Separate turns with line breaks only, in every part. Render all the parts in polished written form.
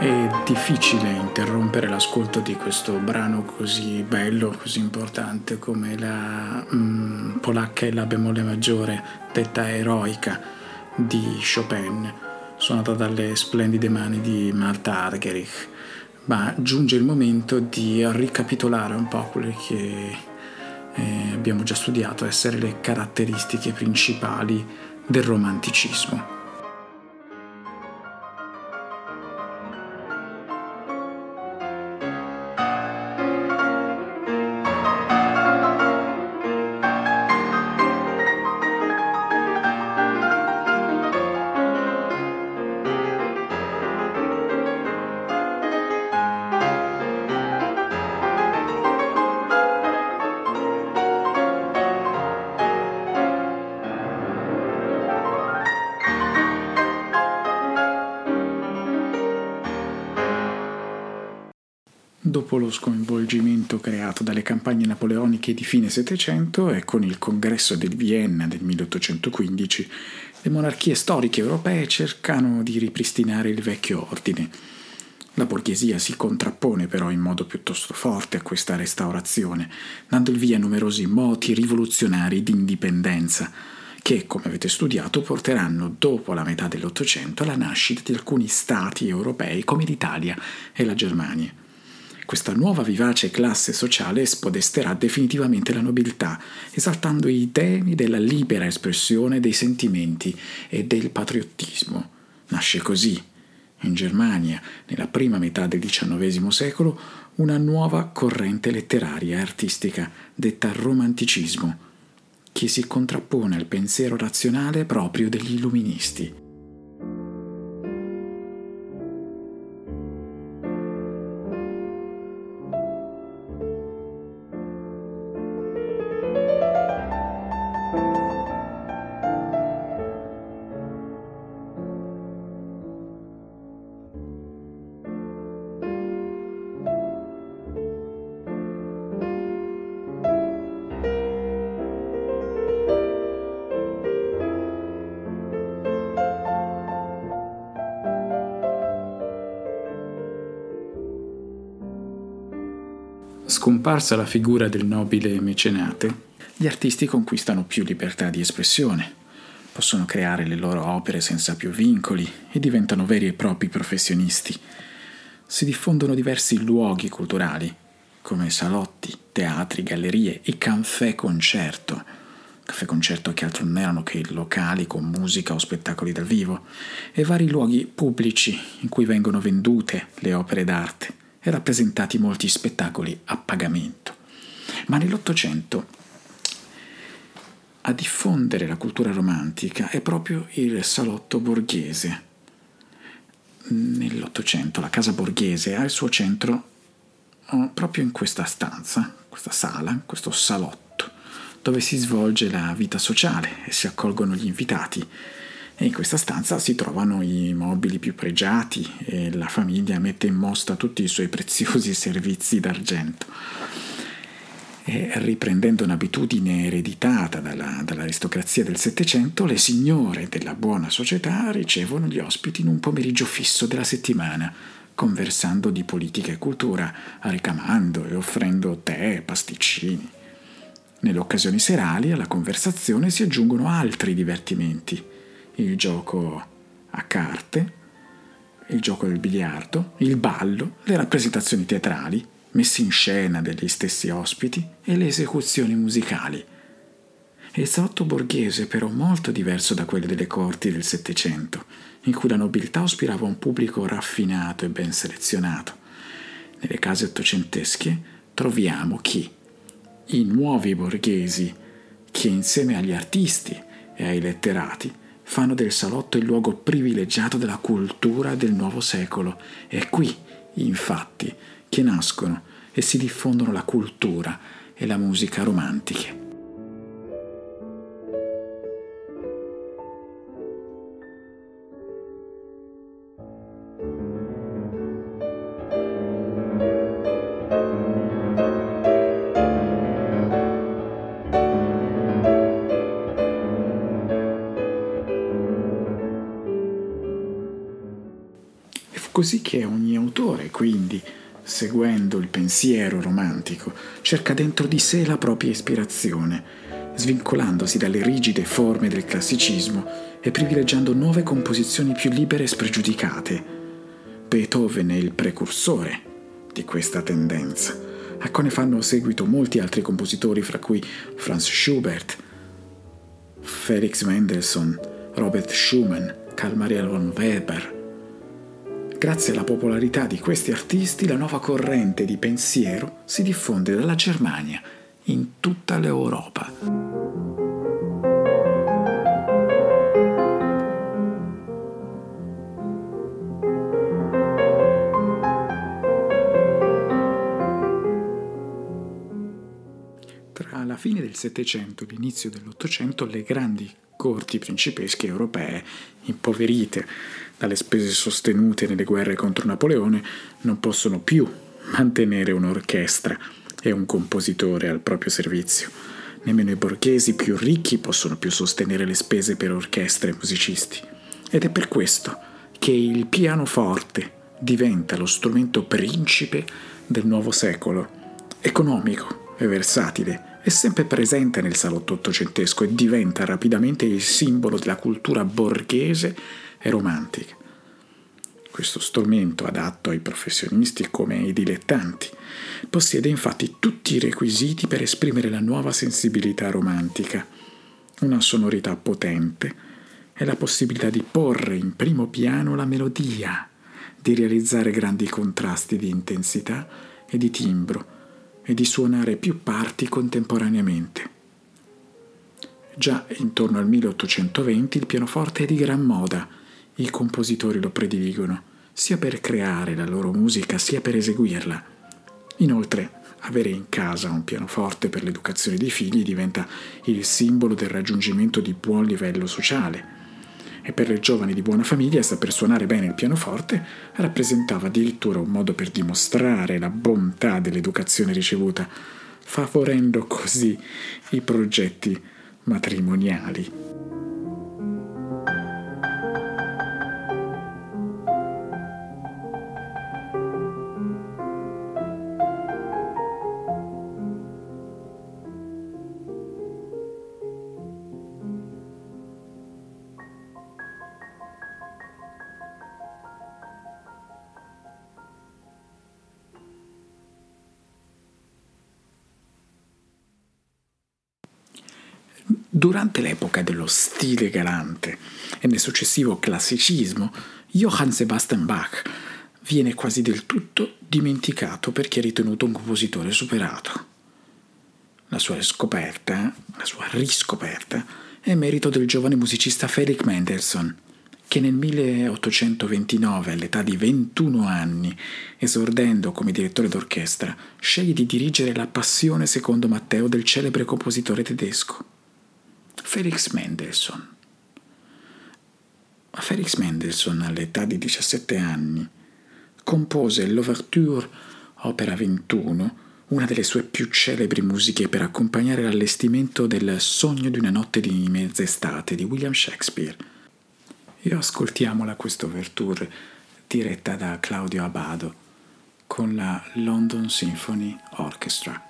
È difficile interrompere l'ascolto di questo brano così bello, così importante come la polacca e la bemolle maggiore, detta eroica, di Chopin, suonata dalle splendide mani di Martha Argerich. Ma giunge il momento di ricapitolare un po' quelle che abbiamo già studiato, essere le caratteristiche principali del romanticismo. Dopo lo sconvolgimento creato dalle campagne napoleoniche di fine Settecento e con il congresso del Vienna del 1815, le monarchie storiche europee cercano di ripristinare il vecchio ordine. La borghesia si contrappone però in modo piuttosto forte a questa restaurazione, dando il via a numerosi moti rivoluzionari di indipendenza, che, come avete studiato, porteranno dopo la metà dell'Ottocento alla nascita di alcuni stati europei come l'Italia e la Germania. Questa nuova vivace classe sociale spodesterà definitivamente la nobiltà, esaltando i temi della libera espressione dei sentimenti e del patriottismo. Nasce così, in Germania, nella prima metà del XIX secolo, una nuova corrente letteraria e artistica, detta romanticismo, che si contrappone al pensiero razionale proprio degli illuministi. Scomparsa la figura del nobile mecenate, gli artisti conquistano più libertà di espressione, possono creare le loro opere senza più vincoli e diventano veri e propri professionisti. Si diffondono diversi luoghi culturali, come salotti, teatri, gallerie e caffè-concerto. Caffè-concerto che altro non erano che locali con musica o spettacoli dal vivo, e vari luoghi pubblici in cui vengono vendute le opere d'arte e rappresentati molti spettacoli a pagamento. Ma nell'Ottocento a diffondere la cultura romantica è proprio il salotto borghese. Nell'Ottocento la casa borghese ha il suo centro proprio in questa stanza, questa sala, questo salotto, dove si svolge la vita sociale e si accolgono gli invitati. E in questa stanza si trovano i mobili più pregiati e la famiglia mette in mostra tutti i suoi preziosi servizi d'argento. E riprendendo un'abitudine ereditata dall'aristocrazia del Settecento, le signore della buona società ricevono gli ospiti in un pomeriggio fisso della settimana, conversando di politica e cultura, ricamando e offrendo tè e pasticcini. Nelle occasioni serali alla conversazione si aggiungono altri divertimenti: il gioco a carte, il gioco del biliardo, il ballo, le rappresentazioni teatrali, messe in scena degli stessi ospiti e le esecuzioni musicali. Il salotto borghese però molto diverso da quelli delle corti del Settecento, in cui la nobiltà aspirava a un pubblico raffinato e ben selezionato. Nelle case ottocentesche troviamo i nuovi borghesi che insieme agli artisti e ai letterati fanno del salotto il luogo privilegiato della cultura del nuovo secolo. È qui, infatti, che nascono e si diffondono la cultura e la musica romantiche. Così che ogni autore, quindi, seguendo il pensiero romantico, cerca dentro di sé la propria ispirazione, svincolandosi dalle rigide forme del classicismo e privilegiando nuove composizioni più libere e spregiudicate. Beethoven è il precursore di questa tendenza, a cui ne fanno seguito molti altri compositori, fra cui Franz Schubert, Felix Mendelssohn, Robert Schumann, Carl Maria von Weber. Grazie alla popolarità di questi artisti, la nuova corrente di pensiero si diffonde dalla Germania in tutta l'Europa. Tra la fine del Settecento e l'inizio dell'Ottocento, le grandi corti principesche europee, impoverite dalle spese sostenute nelle guerre contro Napoleone, non possono più mantenere un'orchestra e un compositore al proprio servizio. Nemmeno i borghesi più ricchi possono più sostenere le spese per orchestre e musicisti. Ed è per questo che il pianoforte diventa lo strumento principe del nuovo secolo, economico e versatile. È sempre presente nel salotto ottocentesco e diventa rapidamente il simbolo della cultura borghese e romantica. Questo strumento, adatto ai professionisti come ai dilettanti, possiede infatti tutti i requisiti per esprimere la nuova sensibilità romantica, una sonorità potente e la possibilità di porre in primo piano la melodia, di realizzare grandi contrasti di intensità e di timbro, e di suonare più parti contemporaneamente. Già intorno al 1820 il pianoforte è di gran moda, i compositori lo prediligono, sia per creare la loro musica sia per eseguirla. Inoltre, avere in casa un pianoforte per l'educazione dei figli diventa il simbolo del raggiungimento di buon livello sociale. E per le giovani di buona famiglia saper suonare bene il pianoforte rappresentava addirittura un modo per dimostrare la bontà dell'educazione ricevuta, favorendo così i progetti matrimoniali. Durante l'epoca dello stile galante e nel successivo classicismo, Johann Sebastian Bach viene quasi del tutto dimenticato perché è ritenuto un compositore superato. La sua riscoperta, è merito del giovane musicista Felix Mendelssohn, che nel 1829, all'età di 21 anni, esordendo come direttore d'orchestra, sceglie di dirigere la Passione secondo Matteo del celebre compositore tedesco. Felix Mendelssohn, all'età di 17 anni, compose l'Ouverture opera 21, una delle sue più celebri musiche per accompagnare l'allestimento del Sogno di una notte di mezz'estate di William Shakespeare. E ascoltiamola questa Ouverture diretta da Claudio Abbado con la London Symphony Orchestra.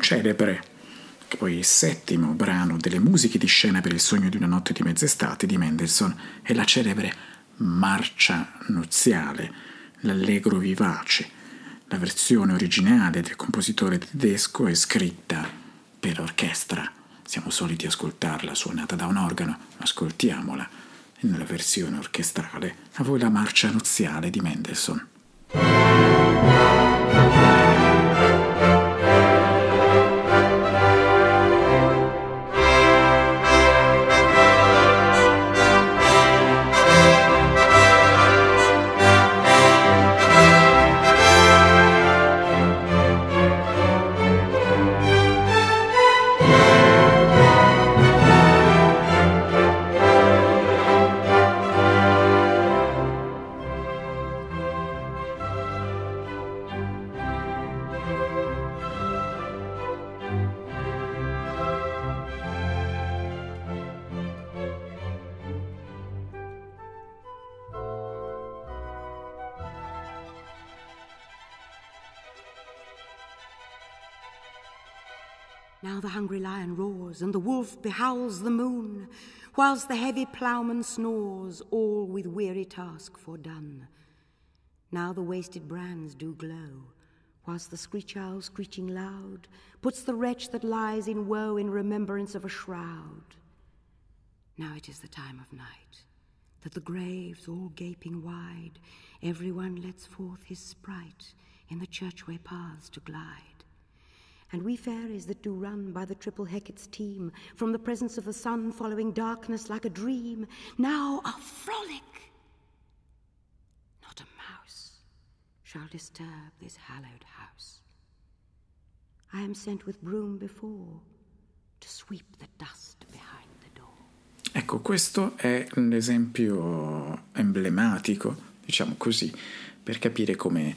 celebre, che poi è il settimo brano delle musiche di scena per il sogno di una notte di mezz'estate di Mendelssohn, è la celebre marcia nuziale, l'allegro vivace. La versione originale del compositore tedesco è scritta per orchestra. Siamo soliti ascoltarla suonata da un organo, ascoltiamola nella versione orchestrale. A voi la marcia nuziale di Mendelssohn.
Now the hungry lion roars, and the wolf behowls the moon, whilst the heavy ploughman snores, all with weary task fordone. Now the wasted brands do glow, whilst the screech owl, screeching loud, puts the wretch that lies in woe in remembrance of a shroud. Now it is the time of night, that the graves all gaping wide, every one lets forth his sprite in the churchway paths to glide. And we fairies that do run by the triple Hecate's team, from the presence of the sun following darkness like a dream, now are frolic. Not a mouse shall disturb this hallowed house. I am sent with broom before, to sweep the dust behind the door.
Ecco, questo è un esempio emblematico, diciamo così, per capire come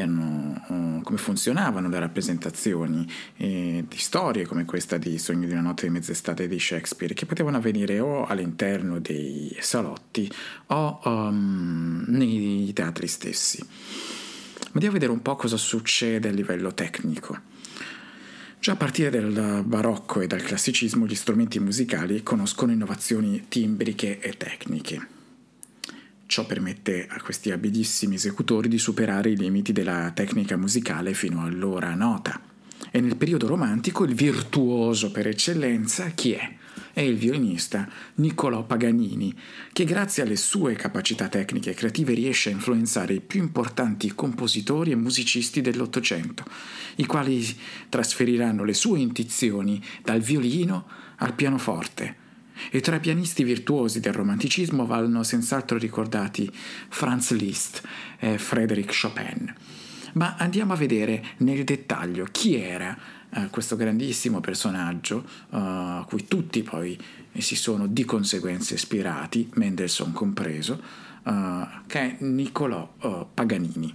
funzionavano le rappresentazioni di storie come questa di Sogno di una notte di mezz'estate di Shakespeare, che potevano avvenire o all'interno dei salotti o nei teatri stessi. Ma andiamo a vedere un po' cosa succede a livello tecnico. Già a partire dal barocco e dal classicismo gli strumenti musicali conoscono innovazioni timbriche e tecniche. Ciò permette a questi abilissimi esecutori di superare i limiti della tecnica musicale fino allora nota. E nel periodo romantico il virtuoso per eccellenza chi è? È il violinista Niccolò Paganini, che grazie alle sue capacità tecniche e creative riesce a influenzare i più importanti compositori e musicisti dell'Ottocento, i quali trasferiranno le sue intuizioni dal violino al pianoforte. E tra i pianisti virtuosi del romanticismo vanno senz'altro ricordati Franz Liszt e Frédéric Chopin. Ma andiamo a vedere nel dettaglio chi era questo grandissimo personaggio a cui tutti poi si sono di conseguenza ispirati, Mendelssohn compreso, che è Niccolò Paganini.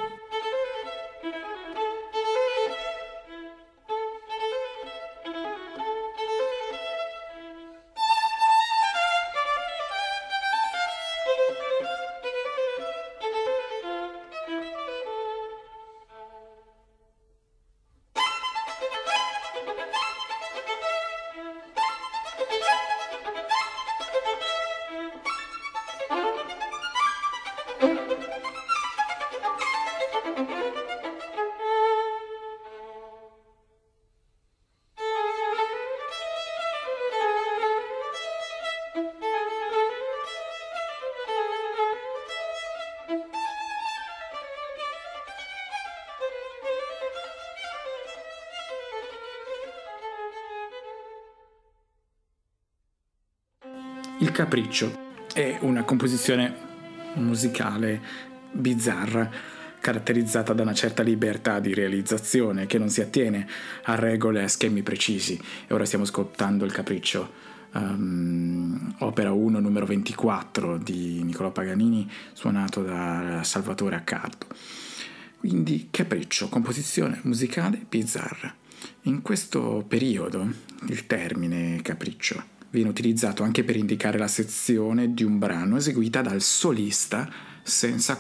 Il Capriccio è una composizione musicale bizzarra, caratterizzata da una certa libertà di realizzazione che non si attiene a regole e a schemi precisi. E ora stiamo ascoltando il Capriccio, opera 1 numero 24 di Niccolò Paganini, suonato da Salvatore Accardo. Quindi Capriccio, composizione musicale bizzarra. In questo periodo il termine capriccio viene utilizzato anche per indicare la sezione di un brano eseguita dal solista senza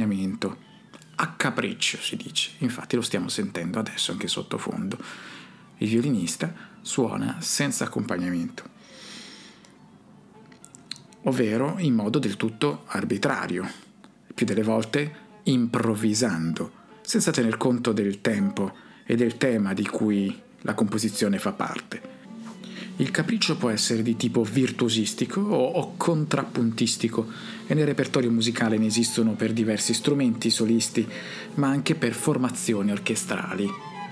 accompagnamento. A capriccio si dice, infatti lo stiamo sentendo adesso anche sottofondo. il violinista suona senza accompagnamento, ovvero in modo del tutto arbitrario, più delle volte improvvisando, senza tener conto del tempo e del tema di cui la composizione fa parte. Il capriccio può essere di tipo virtuosistico o contrappuntistico e nel repertorio musicale ne esistono per diversi strumenti solisti, ma anche per formazioni orchestrali.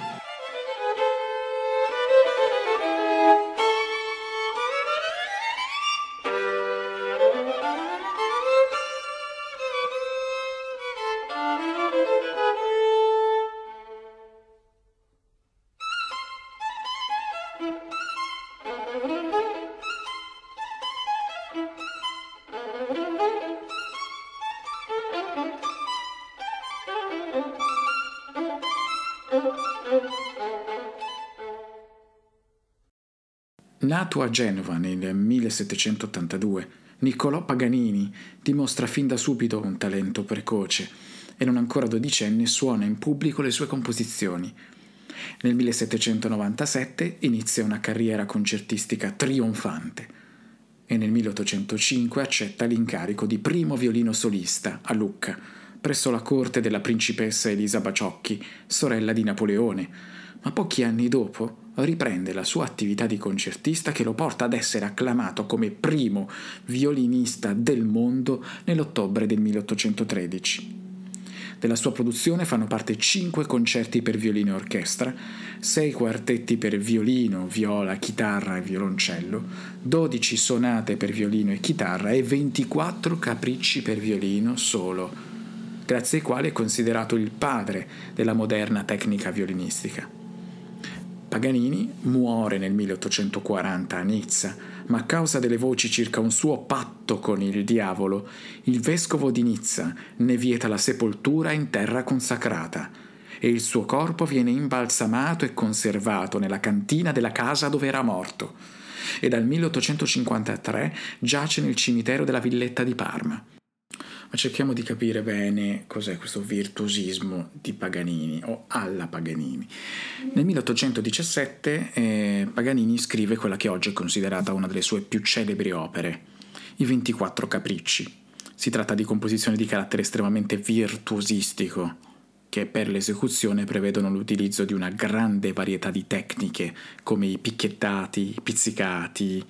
Nato a Genova nel 1782, Niccolò Paganini dimostra fin da subito un talento precoce e non ancora dodicenne suona in pubblico le sue composizioni. Nel 1797 inizia una carriera concertistica trionfante e nel 1805 accetta l'incarico di primo violino solista a Lucca, presso la corte della principessa Elisa Baciocchi, sorella di Napoleone, ma pochi anni dopo riprende la sua attività di concertista che lo porta ad essere acclamato come primo violinista del mondo nell'ottobre del 1813. Della sua produzione fanno parte 5 concerti per violino e orchestra, 6 quartetti per violino, viola, chitarra e violoncello, 12 sonate per violino e chitarra e 24 capricci per violino solo, grazie ai quali è considerato il padre della moderna tecnica violinistica. Paganini muore nel 1840 a Nizza, ma a causa delle voci circa un suo patto con il diavolo, il vescovo di Nizza ne vieta la sepoltura in terra consacrata e il suo corpo viene imbalsamato e conservato nella cantina della casa dove era morto e dal 1853 giace nel cimitero della Villetta di Parma. Ma cerchiamo di capire bene cos'è questo virtuosismo di Paganini o alla Paganini. Nel 1817 Paganini scrive quella che oggi è considerata una delle sue più celebri opere, i 24 Capricci. Si tratta di composizioni di carattere estremamente virtuosistico, che per l'esecuzione prevedono l'utilizzo di una grande varietà di tecniche, come i picchettati, i pizzicati,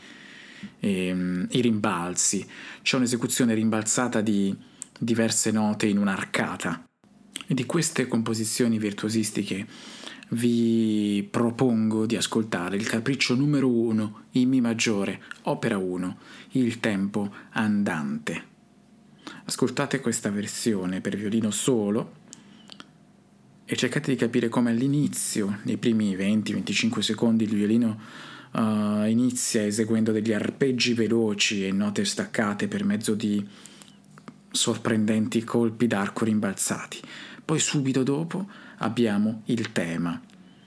i rimbalzi. C'è un'esecuzione rimbalzata di diverse note in un'arcata. E di queste composizioni virtuosistiche vi propongo di ascoltare il capriccio numero 1 in Mi maggiore, opera 1, il tempo andante. Ascoltate questa versione per violino solo e cercate di capire come all'inizio, nei primi 20-25 secondi, il violino inizia eseguendo degli arpeggi veloci e note staccate per mezzo di sorprendenti colpi d'arco rimbalzati. Poi subito dopo abbiamo il tema.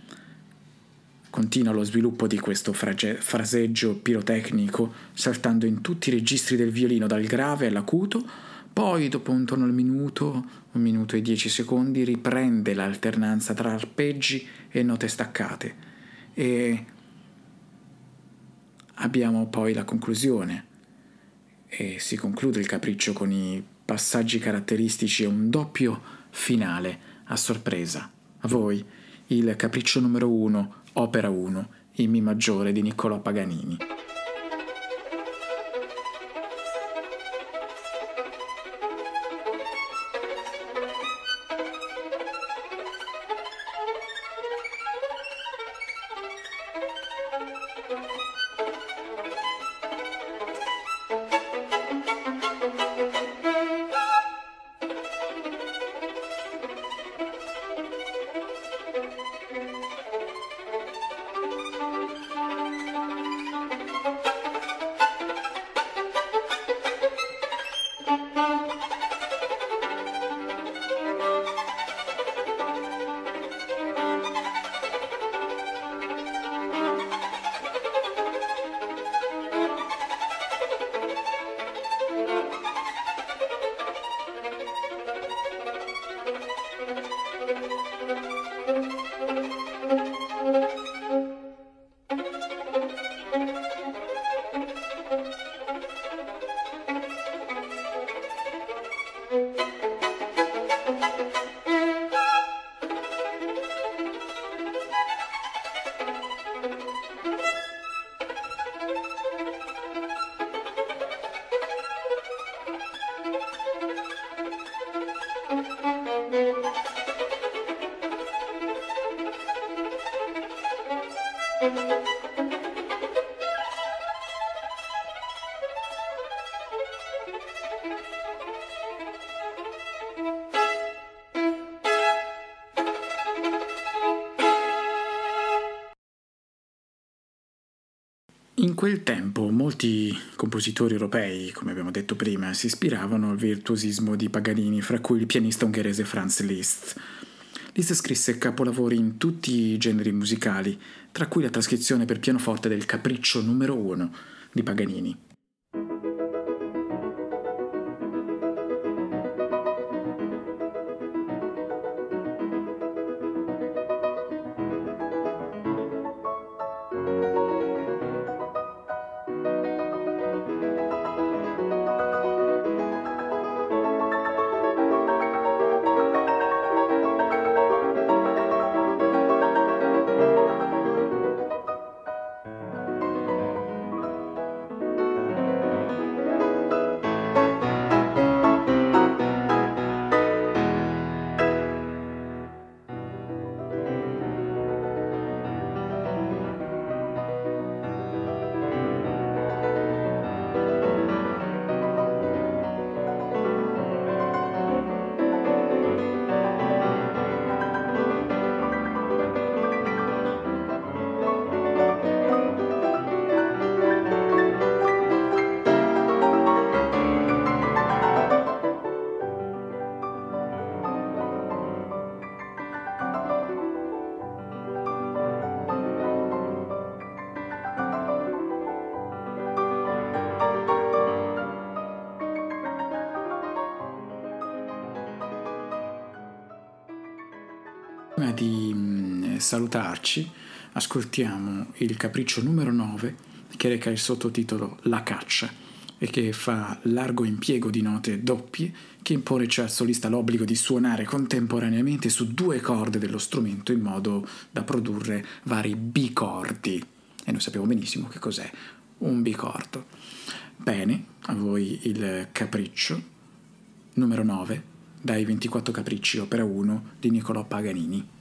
Continua lo sviluppo di questo fraseggio pirotecnico saltando in tutti i registri del violino, dal grave all'acuto. Poi dopo intorno al minuto, 1 minuto e 10 secondi, riprende l'alternanza tra arpeggi e note staccate e abbiamo poi la conclusione e si conclude il capriccio con i passaggi caratteristici e un doppio finale a sorpresa. A voi il capriccio numero 1, opera 1, in Mi maggiore di Niccolò Paganini. In quel tempo molti compositori europei, come abbiamo detto prima, si ispiravano al virtuosismo di Paganini, fra cui il pianista ungherese Franz Liszt. Liszt scrisse capolavori in tutti i generi musicali, tra cui la trascrizione per pianoforte del Capriccio numero 1 di Paganini. Prima di salutarci, ascoltiamo il Capriccio numero 9, che reca il sottotitolo La caccia e che fa largo impiego di note doppie, che impone cioè al solista l'obbligo di suonare contemporaneamente su 2 corde dello strumento in modo da produrre vari bicordi. E noi sappiamo benissimo che cos'è un bicordo. Bene, a voi il Capriccio numero 9 dai 24 Capricci opera 1 di Niccolò Paganini.